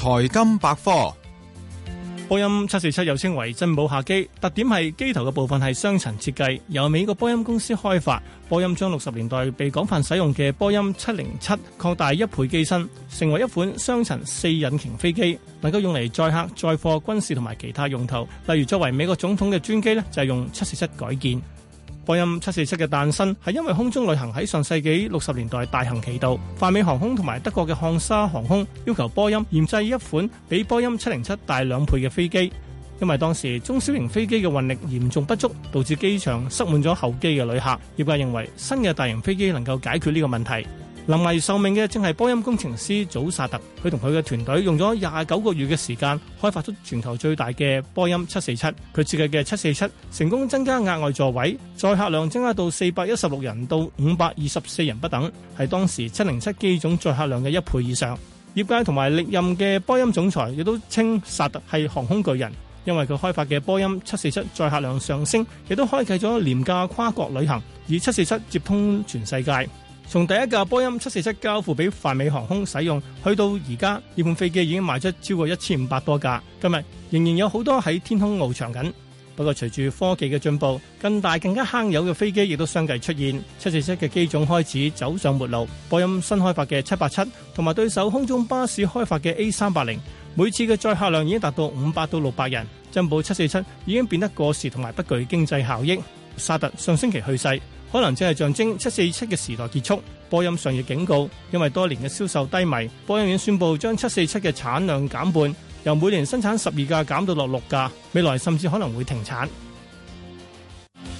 財金百科。 波音747又稱為珍寶客機，特點係機頭嘅部分係雙層設計，由美國波音公司開發。波音將60年代被廣泛使用嘅波音707擴大1倍機身，成為一款雙層4引擎飛機，能夠用嚟載客、載貨、軍事同埋其他用途。例如作為美國總統嘅專機呢，就係用747改建。波音747嘅誕生係因為空中旅行喺上世紀60年代大行其道，泛美航空同埋德國嘅漢莎航空要求波音研製一款比波音707大2倍嘅飛機，因為當時中小型飛機嘅運力嚴重不足，導致機場塞滿咗候機嘅旅客。業界認為新嘅大型飛機能夠解決呢個問題。臨危受命嘅正係波音工程師祖薩特，佢同佢嘅團隊用咗29個月嘅時間開發出全球最大嘅波音747。佢設計嘅747成功增加額外座位，載客量增加到416人到524人不等，係當時707機種載客量嘅1倍以上。業界同埋歷任嘅波音總裁亦都稱薩特係航空巨人，因為佢開發嘅波音747載客量上升，亦都開啟咗廉價跨國旅行，以747接通全世界。從第一架波音747交付俾泛美航空使用，去到而家呢款飛機已經賣出超過1500多架，今日仍然有好多喺天空翱翔緊。不過隨住科技嘅進步，更大更加慳油嘅飛機亦都相繼出現，747嘅機種開始走上末路。波音新開發嘅787同埋對手空中巴士開發嘅 A380，每次嘅載客量已經達到500到600人。珍寶747已經變得過時同埋不具經濟效益。薩特上星期去世，可能正係象徵747嘅時代結束。波音上亦警告，因為多年嘅銷售低迷，波音已經宣布將747嘅產量減半，由每年生產12架減到落6架，未來甚至可能會停產。